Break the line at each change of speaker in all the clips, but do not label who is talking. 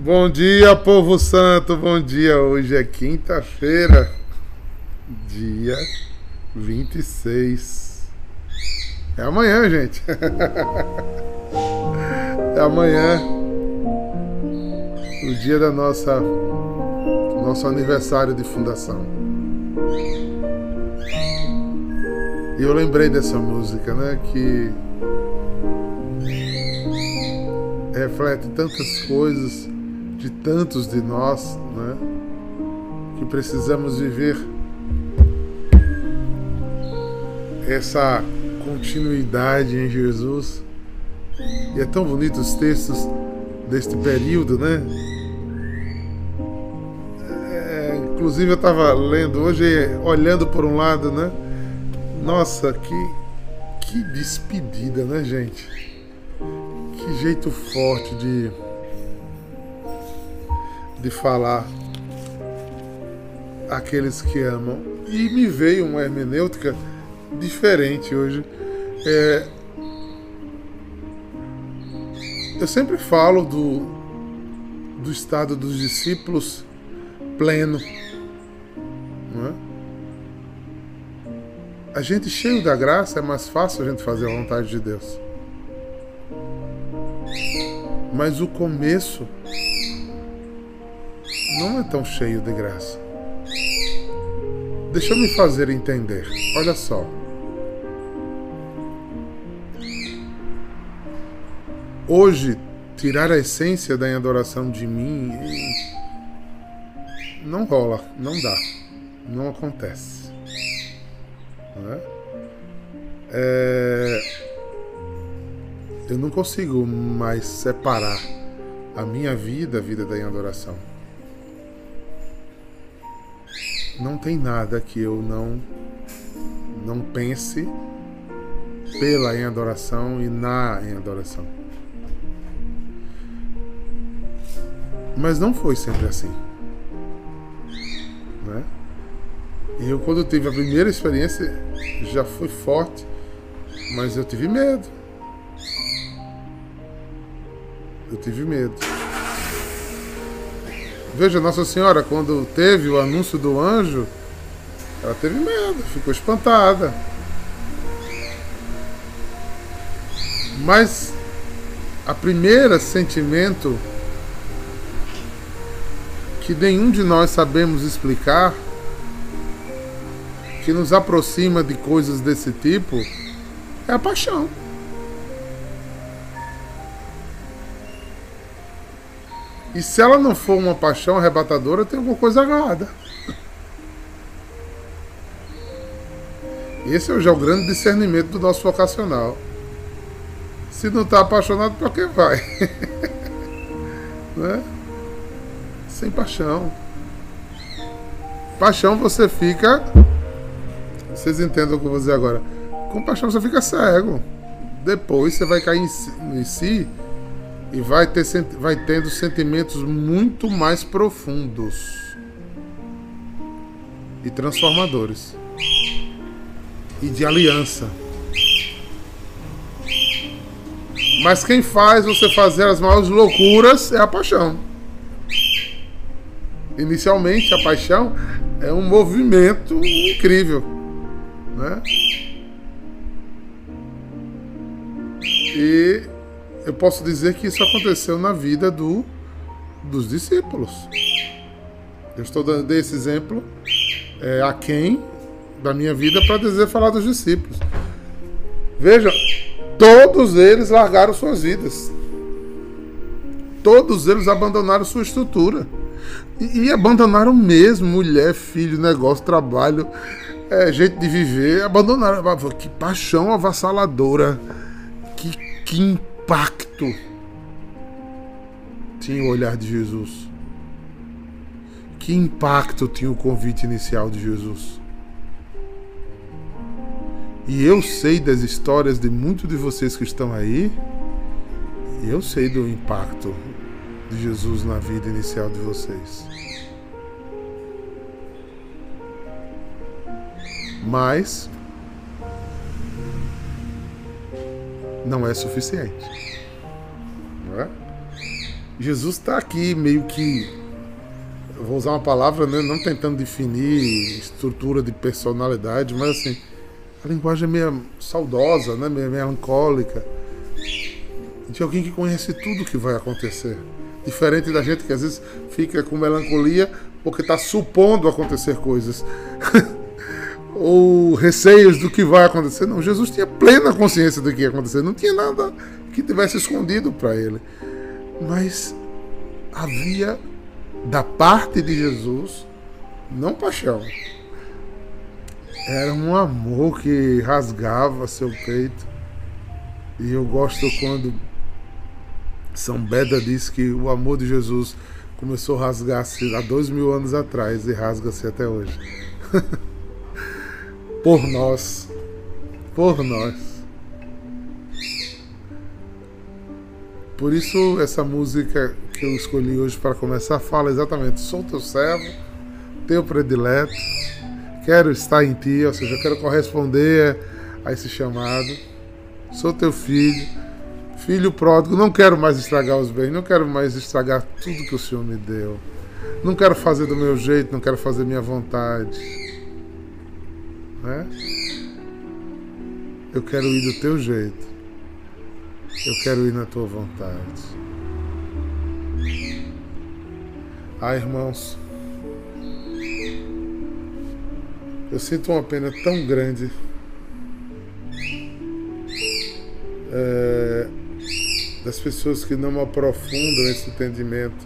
Bom dia, povo santo, bom dia. Hoje é quinta-feira, dia 26. É amanhã, gente. É amanhã, o dia da nosso aniversário de fundação. E eu lembrei dessa música, né, que reflete tantas coisas de tantos de nós, né, que precisamos viver essa continuidade em Jesus. E é tão bonito os textos deste período, né? Inclusive eu estava lendo hoje, olhando por um lado, né? Nossa, que despedida, né, gente? Que jeito forte de falar aqueles que amam. E me veio uma hermenêutica diferente hoje. Eu sempre falo do estado dos discípulos pleno, não é? A gente cheio da graça é mais fácil a gente fazer a vontade de Deus. Mas o começo não é tão cheio de graça. Deixa eu me fazer entender. Olha só. Hoje, tirar a essência da adoração de mim não rola, não dá, não acontece. Não é? Eu não consigo mais separar a minha vida, a vida da adoração. Não tem nada que eu não pense pela em adoração e na em adoração. Mas não foi sempre assim, né? Eu, quando tive a primeira experiência, já foi forte, mas eu tive medo. Eu tive medo. Veja, Nossa Senhora, quando teve o anúncio do anjo, ela teve medo, ficou espantada. Mas a primeira sentimento que nenhum de nós sabemos explicar, que nos aproxima de coisas desse tipo, é a paixão. E se ela não for uma paixão arrebatadora, tem alguma coisa errada. Esse é já o grande discernimento do nosso vocacional. Se não está apaixonado, para que vai? Né? Sem paixão. Paixão você fica... Vocês entendem o que eu vou dizer agora. Com paixão você fica cego. Depois você vai cair em si e vai tendo sentimentos muito mais profundos e transformadores. E de aliança. Mas quem faz você fazer as maiores loucuras é a paixão. Inicialmente a paixão é um movimento incrível, né? E eu posso dizer que isso aconteceu na vida dos discípulos. Eu estou dando esse exemplo aquém da minha vida para falar dos discípulos. Veja, todos eles largaram suas vidas. Todos eles abandonaram sua estrutura. E abandonaram mesmo mulher, filho, negócio, trabalho, jeito de viver. Abandonaram. Que paixão avassaladora. Que impacto tinha o olhar de Jesus. Que impacto tinha o convite inicial de Jesus. E eu sei das histórias de muitos de vocês que estão aí. E eu sei do impacto de Jesus na vida inicial de vocês. Mas não é suficiente. Não é? Jesus está aqui meio que, eu vou usar uma palavra, né, não tentando definir estrutura de personalidade, mas assim, a linguagem é meio saudosa, né, meio melancólica, de alguém que conhece tudo o que vai acontecer. Diferente da gente que às vezes fica com melancolia porque está supondo acontecer coisas. Ou receios do que vai acontecer. Não, Jesus tinha plena consciência do que ia acontecer. Não tinha nada que tivesse escondido para ele. Mas havia da parte de Jesus, não paixão. Era um amor que rasgava seu peito. E eu gosto quando São Beda diz que o amor de Jesus começou a rasgar-se há 2000 anos atrás e rasga-se até hoje. Por nós. Por nós. Por isso essa música que eu escolhi hoje para começar fala exatamente: sou teu servo, teu predileto, quero estar em ti, ou seja, eu quero corresponder a esse chamado. Sou teu filho, filho pródigo, não quero mais estragar os bens, não quero mais estragar tudo que o Senhor me deu. Não quero fazer do meu jeito, não quero fazer minha vontade. Né? Eu quero ir do teu jeito. Eu quero ir na tua vontade. Ah, irmãos, eu sinto uma pena tão grande das pessoas que não aprofundam esse entendimento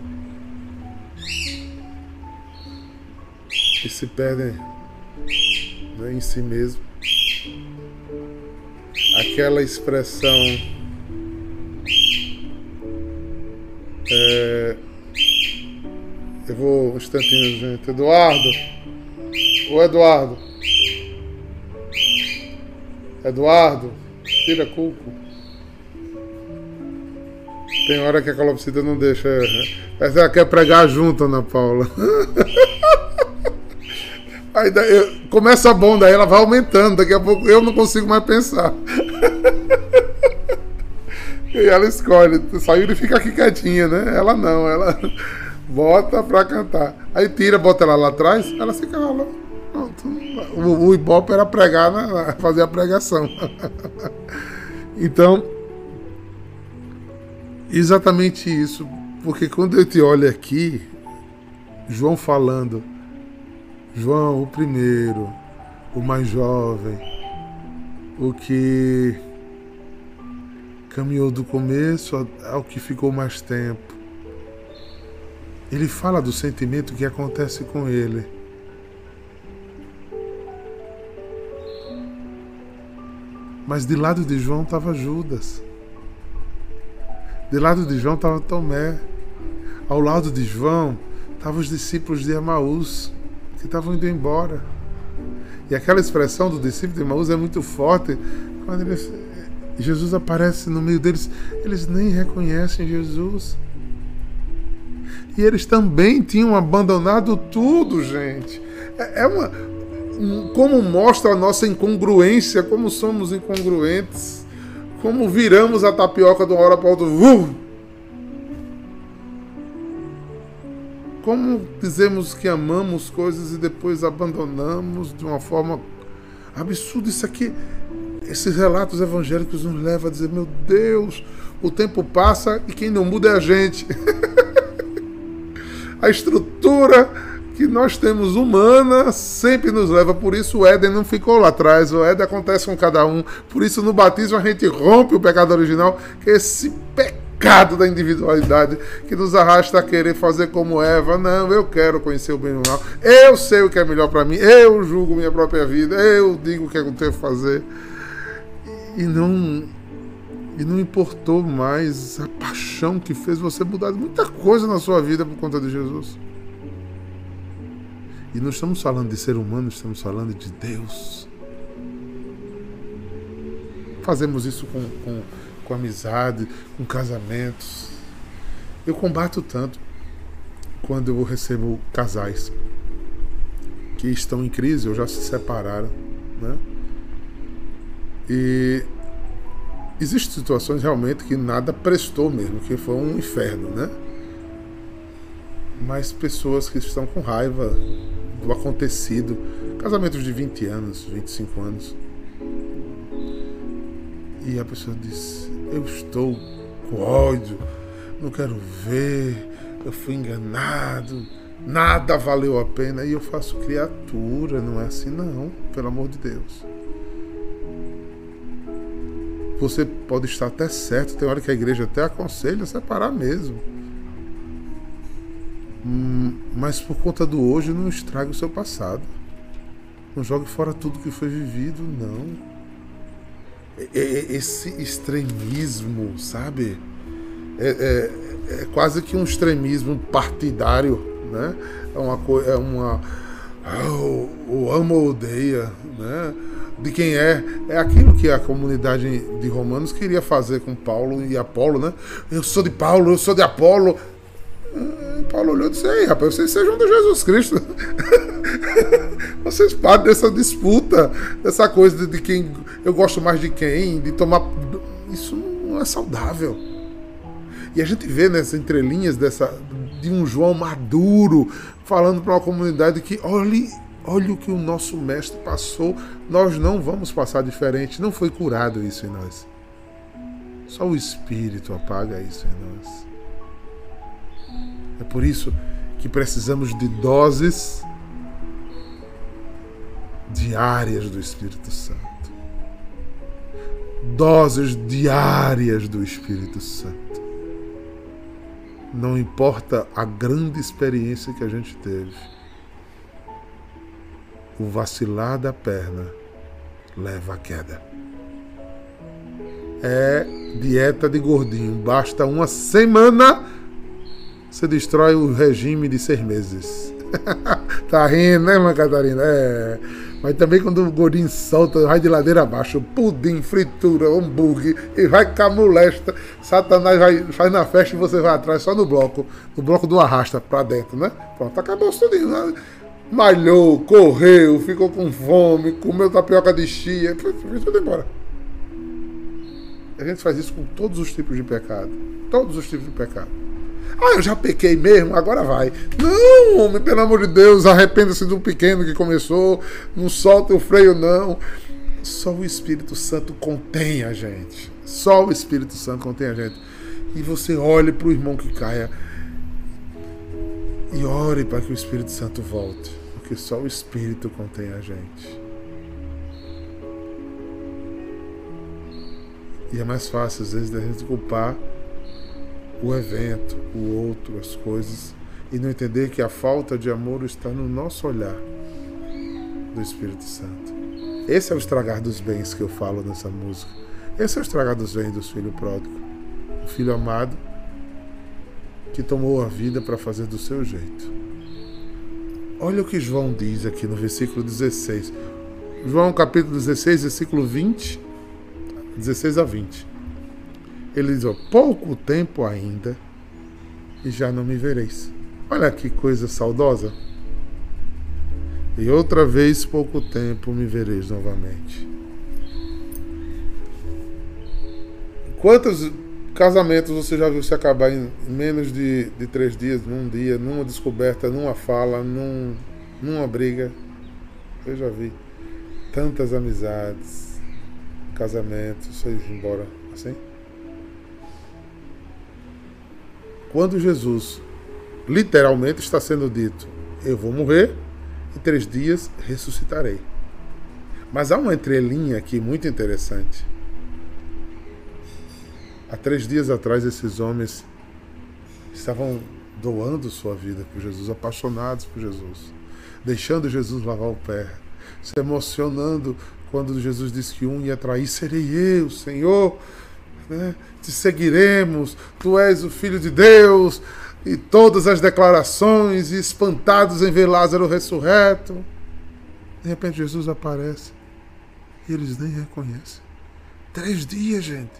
e se perdem, né, em si mesmo. Aquela expressão eu vou um instantinho, gente. Eduardo. Ô Eduardo. Eduardo, tira cuco. Tem hora que a calopsita não deixa. Parece que ela quer pregar junto, Ana Paula. Aí começa bom, daí ela vai aumentando. Daqui a pouco eu não consigo mais pensar. E ela escolhe. Saiu e fica aqui quietinha, né? Ela não, ela bota pra cantar. Aí tira, bota ela lá atrás, ela se cala. O Ibope era pregar, fazer a pregação. Então, exatamente isso. Porque quando eu te olho aqui, João falando, João, o primeiro, o mais jovem, o que caminhou do começo ao que ficou mais tempo. Ele fala do sentimento que acontece com ele. Mas de lado de João estava Judas. De lado de João estava Tomé. Ao lado de João estavam os discípulos de Emaús, que estavam indo embora. E aquela expressão do discípulo de Emaús é muito forte. Quando Jesus aparece no meio deles, eles nem reconhecem Jesus. E eles também tinham abandonado tudo, gente. Como mostra a nossa incongruência, como somos incongruentes, como viramos a tapioca de uma hora para outra. Como dizemos que amamos coisas e depois abandonamos de uma forma absurda. Isso aqui, esses relatos evangélicos nos levam a dizer: meu Deus, o tempo passa e quem não muda é a gente. A estrutura que nós temos humana sempre nos leva. Por isso o Éden não ficou lá atrás. O Éden acontece com cada um. Por isso no batismo a gente rompe o pecado original, que é esse pecado da individualidade que nos arrasta a querer fazer como Eva. Não, eu quero conhecer o bem e o mal. Eu sei o que é melhor para mim. Eu julgo minha própria vida. Eu digo o que eu tenho que fazer. E não importou mais a paixão que fez você mudar muita coisa na sua vida por conta de Jesus. E não estamos falando de ser humano, estamos falando de Deus. Fazemos isso com amizade, com casamentos. Eu combato tanto quando eu recebo casais que estão em crise ou já se separaram, né? E existem situações realmente que nada prestou mesmo, que foi um inferno, né? mas pessoas que estão com raiva do acontecido. Casamentos de 20 anos, 25 anos. E a pessoa diz: eu estou com ódio, não quero ver, eu fui enganado, nada valeu a pena. E eu faço: criatura, não é assim não, pelo amor de Deus. Você pode estar até certo, tem hora que a igreja até aconselha separar mesmo. Mas por conta do hoje, não estrague o seu passado. Não jogue fora tudo que foi vivido, não. Esse extremismo, sabe? É quase que um extremismo partidário, né? O ama ou odeia, né? De quem é aquilo que a comunidade de Romanos queria fazer com Paulo e Apolo, né? Eu sou de Paulo, eu sou de Apolo. Paulo olhou e disse: ei, rapaz, vocês sejam de Jesus Cristo. Vocês parem dessa disputa, dessa coisa de quem eu gosto mais de quem, de tomar. Isso não é saudável. E a gente vê nessas entrelinhas de um João maduro falando para uma comunidade que olhe o que o nosso mestre passou, nós não vamos passar diferente. Não foi curado isso em nós. Só o Espírito apaga isso em nós. É por isso que precisamos de doses diárias do Espírito Santo. Doses diárias do Espírito Santo. Não importa a grande experiência que a gente teve. O vacilar da perna leva à queda. É dieta de gordinho. Basta uma semana, você destrói o regime de 6 meses. Tá rindo, né, irmã Catarina? Mas também quando o gordinho solta, vai de ladeira abaixo, pudim, fritura, hambúrguer, e vai com a molesta. Satanás faz na festa e você vai atrás só no bloco do arrasta pra dentro, né? Pronto, acabou tudinho, né? Malhou, correu, ficou com fome, comeu tapioca de chia, foi tudo embora. A gente faz isso com todos os tipos de pecado. Todos os tipos de pecado. Eu já pequei mesmo, agora vai. Não, homem, pelo amor de Deus, arrependa-se do pequeno que começou, não solta o freio, não. Só o Espírito Santo contém a gente. Só o Espírito Santo contém a gente. E você olhe para o irmão que caia e ore para que o Espírito Santo volte, porque só o Espírito contém a gente. E é mais fácil, às vezes, da gente culpar o evento, o outro, as coisas, e não entender que a falta de amor está no nosso olhar do Espírito Santo. Esse é o estragar dos bens que eu falo nessa música. Esse é o estragar dos bens dos filhos pródigos. O filho amado que tomou a vida para fazer do seu jeito. Olha o que João diz aqui no versículo 16. João capítulo 16, versículo 20, 16 a 20. Ele diz: pouco tempo ainda e já não me vereis. Olha que coisa saudosa. E outra vez pouco tempo me vereis novamente. Quantos casamentos você já viu se acabar em menos de 3 dias, num dia, numa descoberta, numa fala, numa briga? Eu já vi tantas amizades, casamentos, foi embora assim. Quando Jesus literalmente está sendo dito: eu vou morrer, em 3 dias ressuscitarei. Mas há uma entrelinha aqui muito interessante. Há 3 dias atrás, esses homens estavam doando sua vida por Jesus, apaixonados por Jesus, deixando Jesus lavar o pé, se emocionando quando Jesus disse que um ia trair: serei eu, Senhor, né? Te seguiremos, tu és o Filho de Deus, e todas as declarações, e espantados em ver Lázaro ressurreto. De repente Jesus aparece e eles nem reconhecem. 3 dias, gente.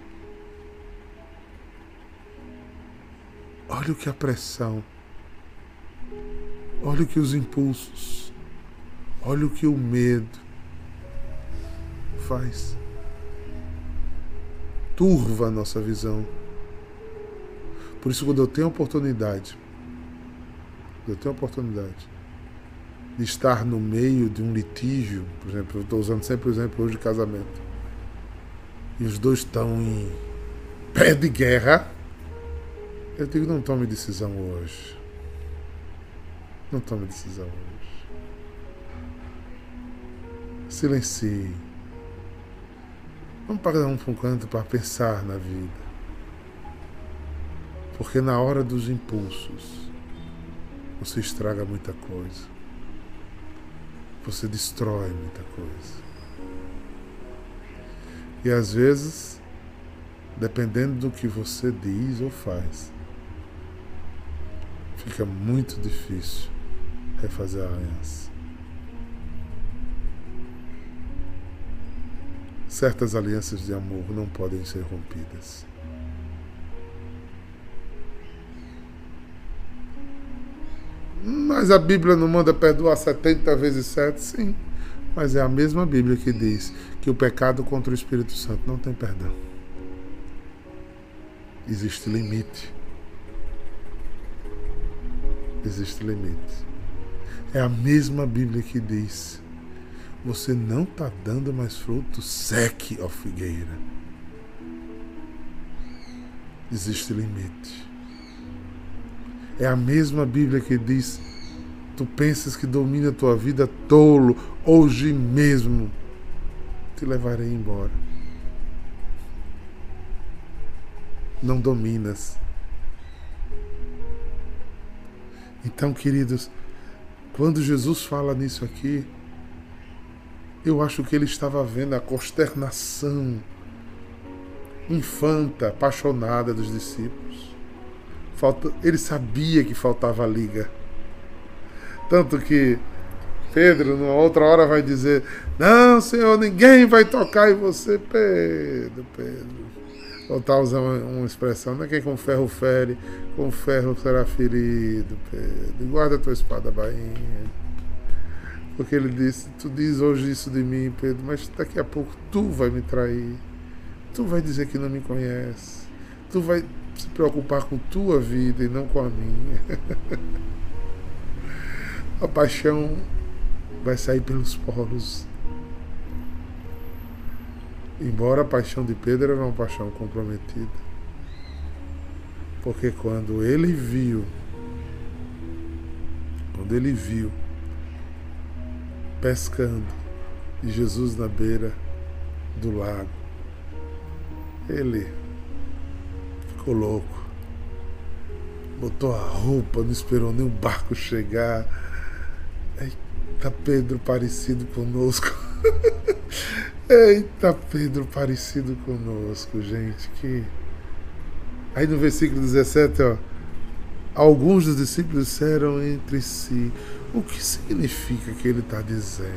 Olha o que a pressão, olha o que os impulsos, olha o que o medo faz. Turva a nossa visão. Por isso, quando eu tenho a oportunidade eu tenho a oportunidade de estar no meio de um litígio, por exemplo, eu estou usando sempre o exemplo hoje de casamento, e os dois estão em pé de guerra, eu digo, não tome decisão hoje. Não tome decisão hoje. Silencie. Vamos cada um para um canto para pensar na vida. Porque na hora dos impulsos, você estraga muita coisa. Você destrói muita coisa. E às vezes, dependendo do que você diz ou faz, fica muito difícil refazer a aliança. Certas alianças de amor não podem ser rompidas. Mas a Bíblia não manda perdoar 70 vezes 7, sim. Mas é a mesma Bíblia que diz que o pecado contra o Espírito Santo não tem perdão. Existe limite. Existe limite. É a mesma Bíblia que diz: você não está dando mais fruto, seque a figueira. Existe limite. É a mesma Bíblia que diz: tu pensas que domina a tua vida, tolo, hoje mesmo te levarei embora. Não dominas. Então, queridos, quando Jesus fala nisso aqui, eu acho que ele estava vendo a consternação infanta, apaixonada dos discípulos. Ele sabia que faltava liga. Tanto que Pedro, numa outra hora, vai dizer: não, Senhor, ninguém vai tocar em você. Pedro. Voltar a usar uma expressão, não é quem com ferro fere, com ferro será ferido, Pedro. Guarda a tua espada bainha. Porque ele disse: tu diz hoje isso de mim, Pedro, mas daqui a pouco tu vai me trair. Tu vai dizer que não me conhece. Tu vai se preocupar com tua vida e não com a minha. A paixão vai sair pelos poros. Embora a paixão de Pedro era uma paixão comprometida. Porque quando ele viu pescando e Jesus na beira do lago, ele ficou louco. Botou a roupa, não esperou nem o barco chegar. Eita, Pedro parecido conosco. Eita, Pedro parecido conosco, gente. Que... Aí no versículo 17, ó, alguns dos discípulos disseram entre si: o que significa que ele está dizendo?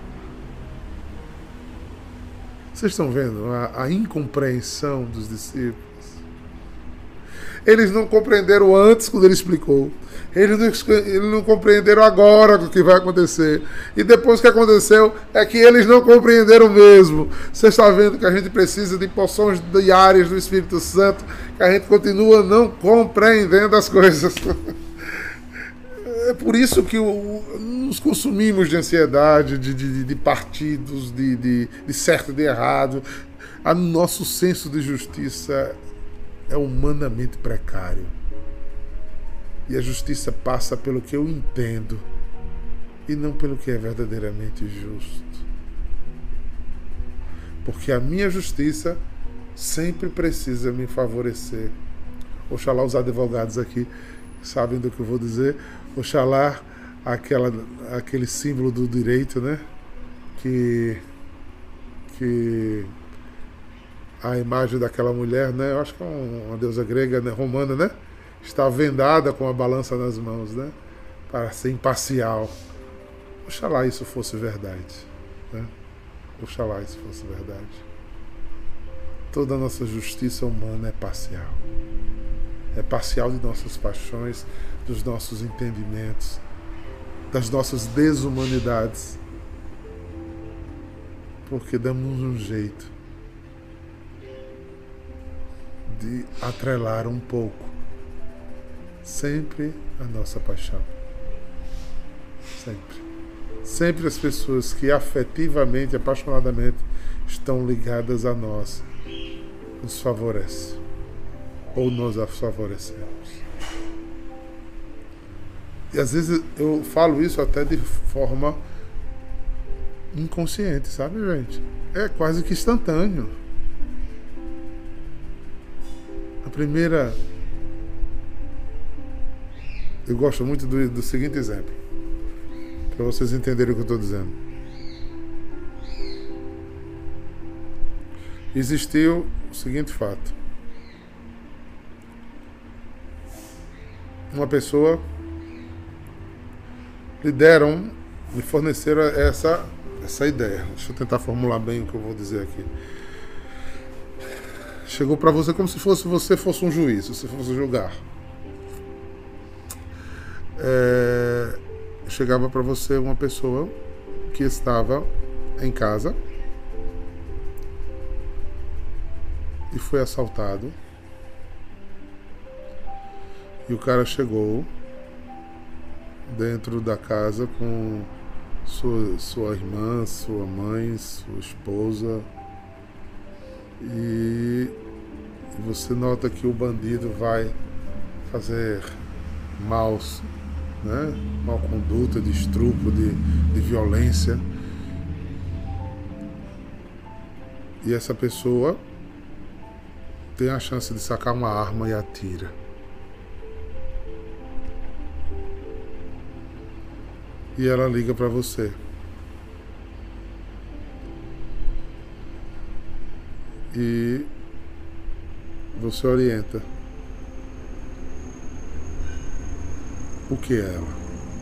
Vocês estão vendo a incompreensão dos discípulos? Eles não compreenderam antes, quando ele explicou. Eles não compreenderam agora o que vai acontecer. E depois que aconteceu, é que eles não compreenderam mesmo. Você está vendo que a gente precisa de porções diárias do Espírito Santo, que a gente continua não compreendendo as coisas. É por isso que nos consumimos de ansiedade, de partidos, de certo e de errado. O nosso senso de justiça é humanamente precário. E a justiça passa pelo que eu entendo e não pelo que é verdadeiramente justo. Porque a minha justiça sempre precisa me favorecer. Oxalá os advogados aqui sabem do que eu vou dizer. Oxalá aquele símbolo do direito, né? Que a imagem daquela mulher, né? Eu acho que é uma deusa grega, né? Romana, né? Está vendada com a balança nas mãos, né? Para ser imparcial. Oxalá isso fosse verdade, né? Oxalá isso fosse verdade. Toda a nossa justiça humana é parcial. É parcial de nossas paixões, dos nossos entendimentos, das nossas desumanidades. Porque damos um jeito de atrelar um pouco sempre a nossa paixão. Sempre. Sempre as pessoas que afetivamente, apaixonadamente estão ligadas a nós nos favorecem. Ou nós as favorecemos. E às vezes eu falo isso até de forma inconsciente, sabe, gente? É quase que instantâneo. A primeira... Eu gosto muito do seguinte exemplo, para vocês entenderem o que eu estou dizendo. Existiu o seguinte fato. Uma pessoa me forneceram essa ideia. Deixa eu tentar formular bem o que eu vou dizer aqui. Chegou para você como se você fosse um juiz, se você fosse julgar. Chegava para você uma pessoa que estava em casa e foi assaltado. E o cara chegou dentro da casa com sua irmã, sua mãe, sua esposa. E você nota que o bandido vai fazer mal conduta, de estupro, de violência. E essa pessoa tem a chance de sacar uma arma e atira. E ela liga para você. E você orienta. O que é ela?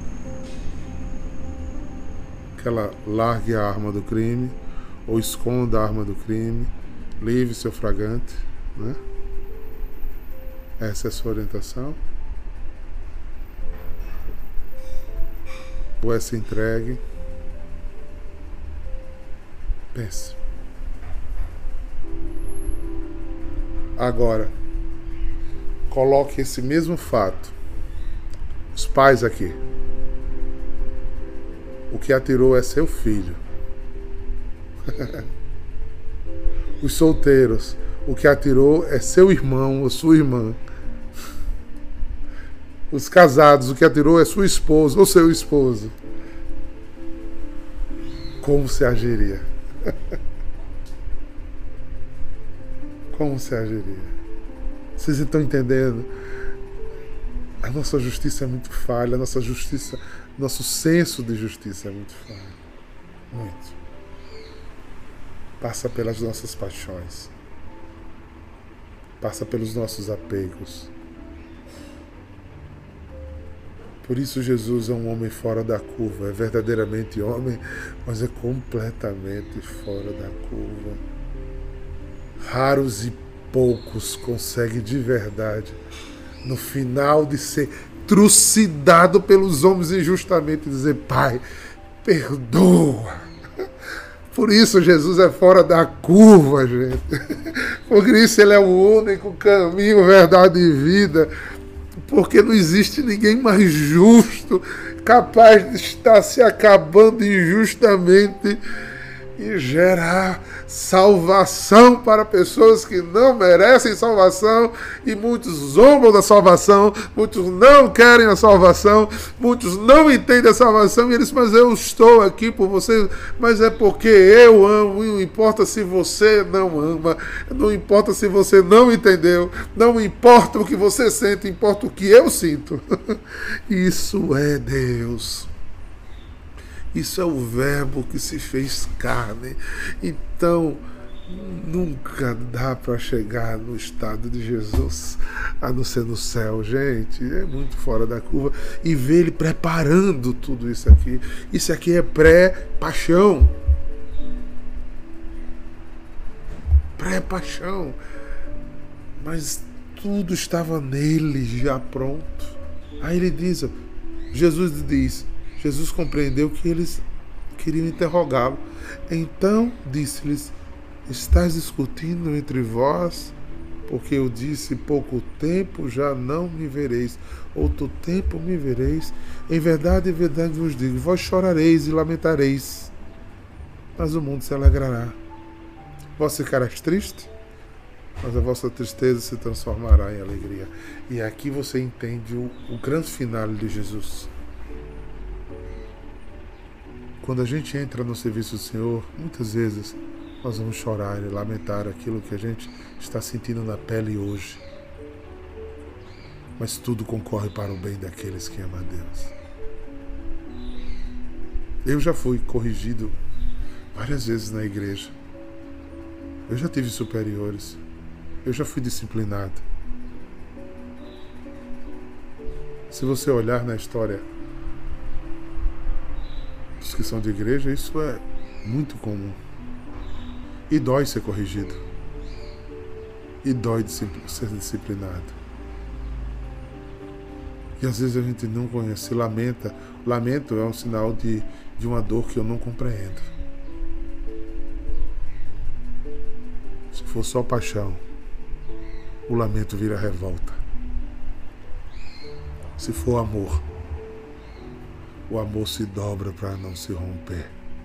Que ela largue a arma do crime, ou esconda a arma do crime, livre seu flagrante, né? Essa é a sua orientação? Ou é se entregue? Pense. Agora, coloque esse mesmo fato. Os pais aqui. O que atirou é seu filho. Os solteiros. O que atirou é seu irmão ou sua irmã. Os casados, o que atirou é sua esposa ou seu esposo. Como você agiria? Como você agiria? Vocês estão entendendo? A nossa justiça é muito falha, nosso senso de justiça é muito falho. Muito. Passa pelas nossas paixões. Passa pelos nossos apegos. Por isso Jesus é um homem fora da curva. É verdadeiramente homem, mas é completamente fora da curva. Raros e poucos conseguem de verdade, no final de ser trucidado pelos homens injustamente, dizer: Pai, perdoa. Por isso Jesus é fora da curva, gente. Por isso ele é o único caminho, verdade e vida. Porque não existe ninguém mais justo, capaz de estar se acabando injustamente e gerar salvação para pessoas que não merecem salvação, e muitos zombam da salvação, muitos não querem a salvação, muitos não entendem a salvação, e eles: mas eu estou aqui por você, mas é porque eu amo, e não importa se você não ama, não importa se você não entendeu, não importa o que você sente, importa o que eu sinto. Isso é Deus. Isso é o verbo que se fez carne. Então, nunca dá para chegar no estado de Jesus, a não ser no céu, gente. É muito fora da curva. E ver ele preparando tudo isso aqui. Isso aqui é pré-paixão. Pré-paixão. Mas tudo estava nele já pronto. Aí ele diz, Jesus compreendeu que eles queriam interrogá-lo. Então disse-lhes: estáis discutindo entre vós Porque eu disse: pouco tempo já não me vereis, outro tempo me vereis. Em verdade vos digo, vós chorareis e lamentareis, mas o mundo se alegrará. Vós ficareis triste, mas a vossa tristeza se transformará em alegria. E aqui você entende o grande final de Jesus. Quando a gente entra no serviço do Senhor, muitas vezes nós vamos chorar e lamentar aquilo que a gente está sentindo na pele hoje. Mas tudo concorre para o bem daqueles que amam a Deus. Eu já fui corrigido várias vezes na igreja. Eu já tive superiores. Eu já fui disciplinado. Se você olhar na história dos que são de igreja, isso é muito comum. E dói ser corrigido. E dói ser disciplinado. E às vezes a gente não conhece, lamenta. Lamento é um sinal de uma dor que eu não compreendo. Se for só paixão, o lamento vira revolta. Se for amor, o amor se dobra para não se romper.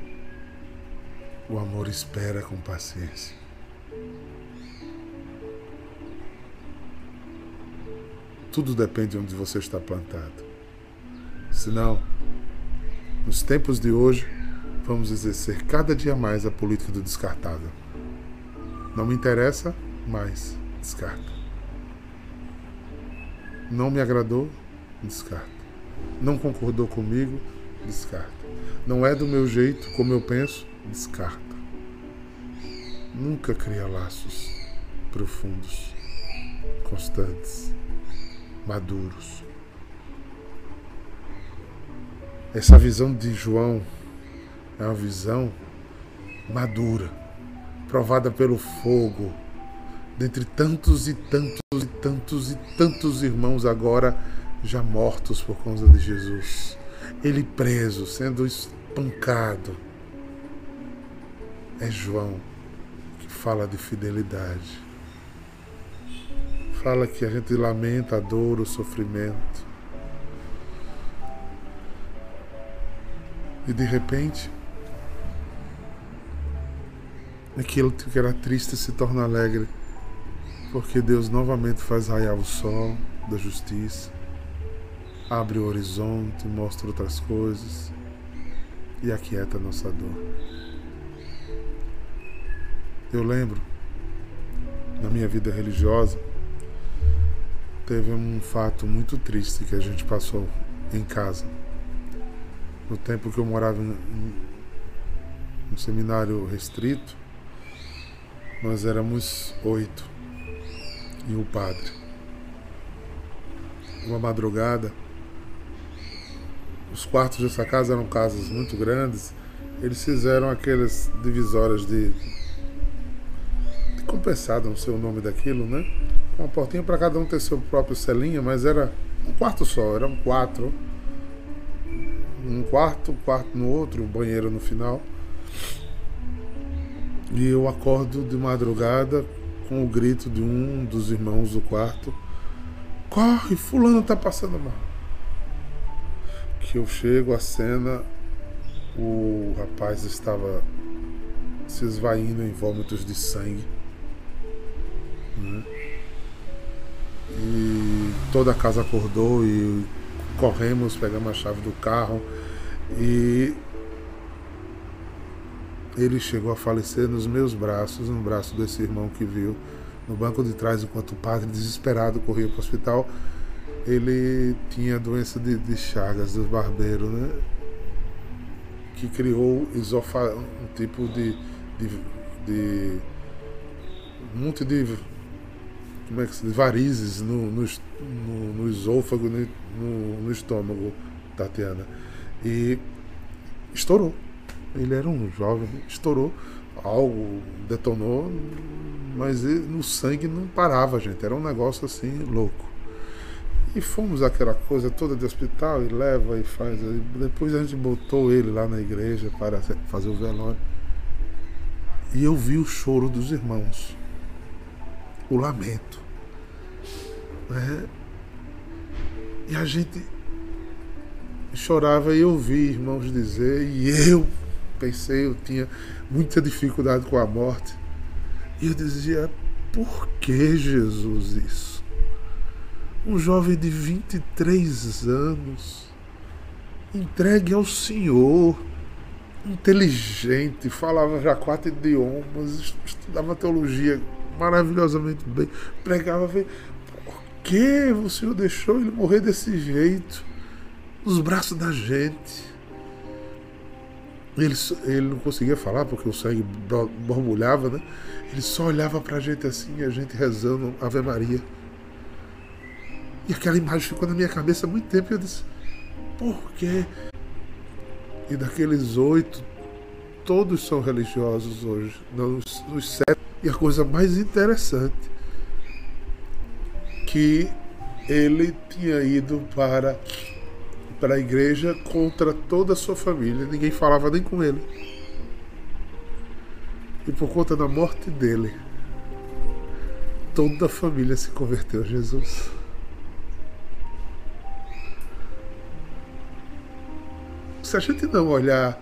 O amor espera com paciência. Tudo depende de onde você está plantado. Senão, nos tempos de hoje, vamos exercer cada dia mais a política do descartável. Não me interessa, mas descarta. Não me agradou, descarta. Não concordou comigo, descarta. Não é do meu jeito, como eu penso, descarta. Nunca cria laços profundos, constantes, maduros. Essa visão de João é uma visão madura, provada pelo fogo, dentre tantos e tantos e tantos e tantos irmãos agora já mortos por causa de Jesus. Ele preso, sendo espancado. É João que fala de fidelidade. Fala que a gente lamenta a dor, o sofrimento. E de repente, aquilo que era triste se torna alegre, porque Deus novamente faz raiar o sol da justiça, abre o horizonte, mostra outras coisas e aquieta a nossa dor. Eu lembro, na minha vida religiosa, teve um fato muito triste que a gente passou em casa. No tempo que eu morava em um seminário restrito, nós éramos 8 e o padre. Uma madrugada, os quartos dessa casa eram casas muito grandes, eles fizeram aquelas divisórias de compensado, não sei o nome daquilo, né? Uma portinha para cada um ter seu próprio celinho, mas era um quarto só, eram 4. Um quarto no outro, banheiro no final. E eu acordo de madrugada com o grito de um dos irmãos do quarto: corre, fulano tá passando mal. Que eu chego à cena, o rapaz estava se esvaindo em vômitos de sangue, né? E toda a casa acordou e corremos, pegamos a chave do carro e ele chegou a falecer nos meus braços, no braço desse irmão que viu no banco de trás, enquanto o padre, desesperado, corria para o hospital. Ele tinha doença de Chagas, do barbeiro, né? Que criou um tipo de um monte de varizes no esôfago, no estômago, Tatiana. E estourou. Ele era um jovem, estourou, algo detonou, mas no sangue não parava, gente. Era um negócio assim, louco. E fomos aquela coisa toda de hospital, e leva e faz. Depois a gente botou ele lá na igreja para fazer o velório. E eu vi o choro dos irmãos. o lamento. Né? E a gente chorava e eu ouvi irmãos dizer, e eu pensei, eu tinha muita dificuldade com a morte. E eu dizia, por que Jesus isso? Um jovem de 23 anos, entregue ao Senhor, inteligente, falava já 4 idiomas, estudava teologia maravilhosamente bem, pregava bem. Por que o Senhor deixou ele morrer desse jeito, nos braços da gente? Ele não conseguia falar porque o sangue borbulhava, né? Ele só olhava pra gente assim, e a gente rezando Ave Maria. E aquela imagem ficou na minha cabeça há muito tempo. E eu disse, por quê? E daqueles 8, todos são religiosos hoje, nos 7. E a coisa mais interessante, que ele tinha ido para a igreja contra toda a sua família. Ninguém falava nem com ele. E por conta da morte dele, toda a família se converteu a Jesus. Se a gente não olhar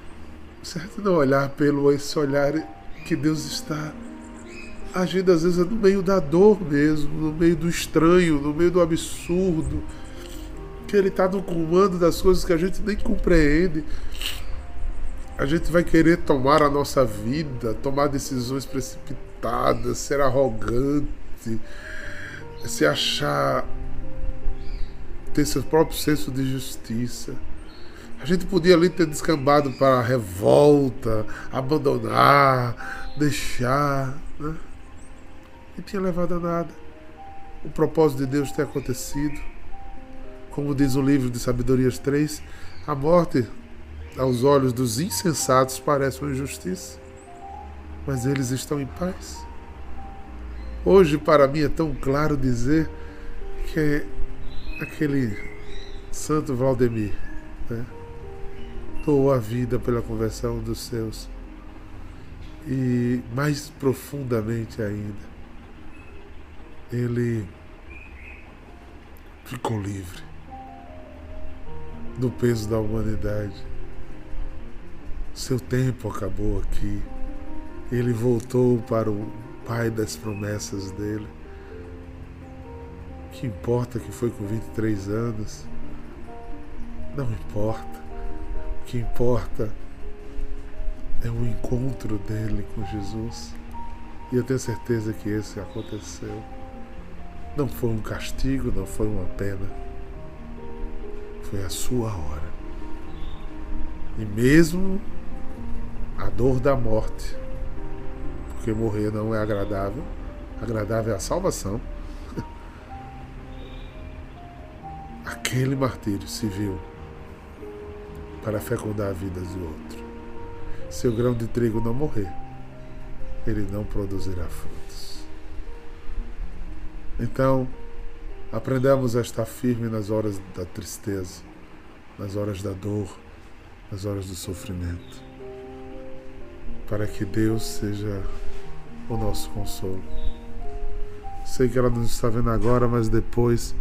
pelo esse olhar que Deus está agindo às vezes no meio da dor mesmo, no meio do estranho, no meio do absurdo, que Ele está no comando das coisas que a gente nem compreende, a gente vai querer tomar a nossa vida, tomar decisões precipitadas, ser arrogante, se achar, ter seu próprio senso de justiça. A gente podia ali ter descambado para a revolta, abandonar, deixar, né? E tinha levado a nada. O propósito de Deus tem acontecido. Como diz o livro de Sabedorias 3, a morte, aos olhos dos insensatos, parece uma injustiça, mas eles estão em paz. Hoje, para mim, é tão claro dizer que aquele Santo Valdemir, né, doou a vida pela conversão dos seus. E mais profundamente ainda, ele ficou livre do peso da humanidade. Seu tempo acabou aqui. Ele voltou para o Pai das promessas dele. Que importa que foi com 23 anos? Não importa. O que importa é o encontro dele com Jesus. E eu tenho certeza que esse aconteceu. Não foi um castigo, não foi uma pena. Foi a sua hora. E mesmo a dor da morte, porque morrer não é agradável, agradável é a salvação. Aquele martírio serviu para fecundar a vida do outro. Se o grão de trigo não morrer, ele não produzirá frutos. Então, aprendamos a estar firme nas horas da tristeza, nas horas da dor, nas horas do sofrimento, para que Deus seja o nosso consolo. Sei que ela não está vendo agora, mas depois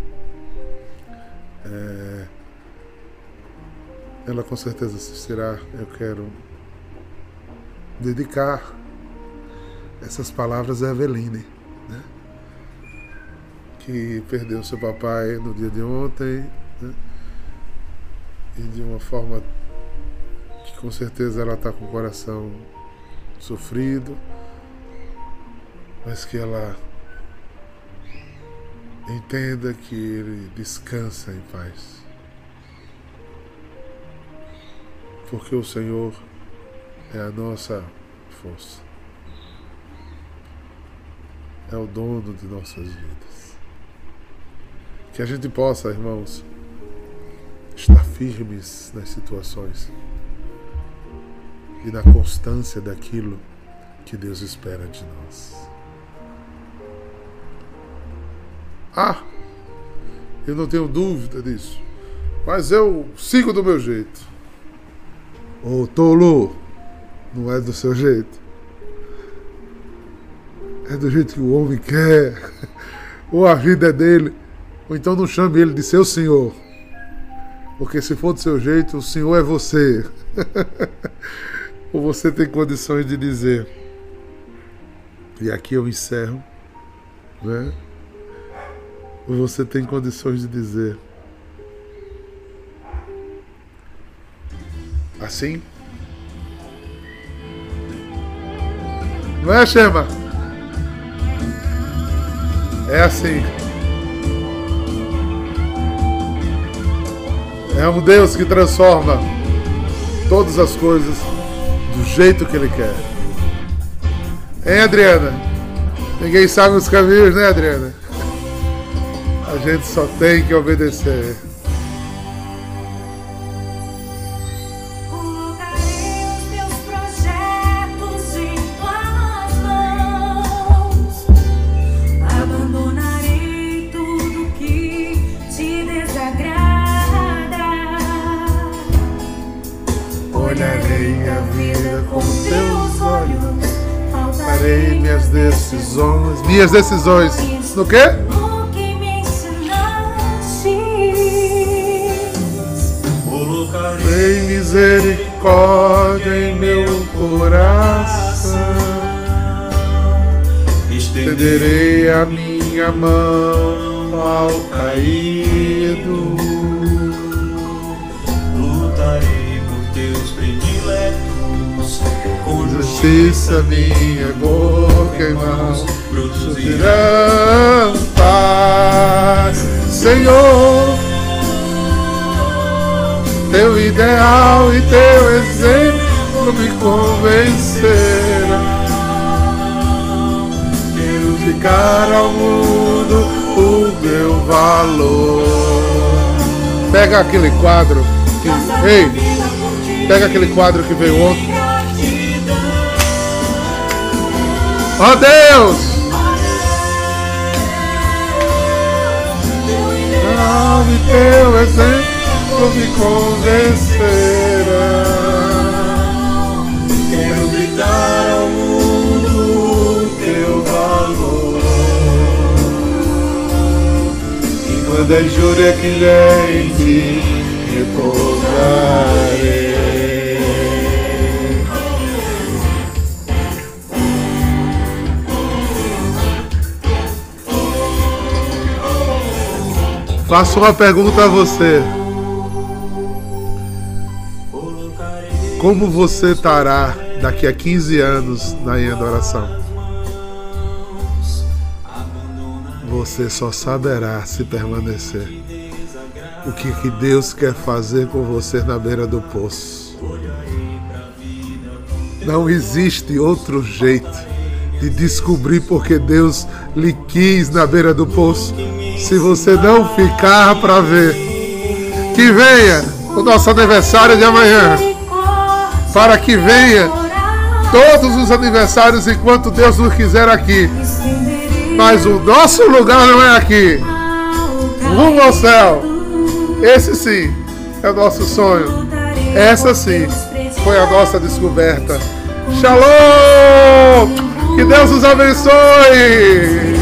ela com certeza assistirá. Eu quero dedicar essas palavras a Eveline, né, que perdeu seu papai no dia de ontem, né, e de uma forma que com certeza ela está com o coração sofrido, mas que ela entenda que ele descansa em paz, porque o Senhor é a nossa força, é o dono de nossas vidas. Que a gente possa, irmãos, estar firmes nas situações e na constância daquilo que Deus espera de nós. Eu não tenho dúvida disso, mas eu sigo do meu jeito. Ô tolo, não é do seu jeito. é do jeito que o homem quer, ou a vida é dele, ou então não chame ele de seu senhor, porque se for do seu jeito, o senhor é você. Ou você tem condições de dizer, e aqui eu encerro, né? Ou você tem condições de dizer assim? Não é, Shema? É assim. É um Deus que transforma todas as coisas do jeito que Ele quer. Hein, Adriana? Ninguém sabe os caminhos, né, Adriana? A gente só tem que obedecer. Olharei a vida com teus olhos, farei minhas decisões. Minhas decisões. No quê?
O que me ensinaste.
Colocarei misericórdia em meu coração. Estenderei a minha mão ao caído.
Lutarei por teus prediletos, com
Justiça minha boca e mãos produzirão paz. Senhor, teu ideal e teu exemplo me convencerão. Quero ficar ao mundo o meu valor. Pega aquele quadro que... Ei, pega aquele quadro que veio ontem. Ó Deus! E teu exemplo me convencerá.
quero gritar ao mundo teu valor.
E quando a injúria que vem em ti, repousarei. Faço uma pergunta a você. Como você estará daqui a 15 anos na Em Adoração? Você só saberá se permanecer. O que Deus quer fazer com você na beira do poço. Não existe outro jeito de descobrir porque Deus lhe quis na beira do poço, se você não ficar para ver. Que venha o nosso aniversário de amanhã, para que venha todos os aniversários enquanto Deus nos quiser aqui. Mas o nosso lugar não é aqui. Rumo ao céu. Esse sim é o nosso sonho. Essa sim foi a nossa descoberta. Shalom! Que Deus os abençoe!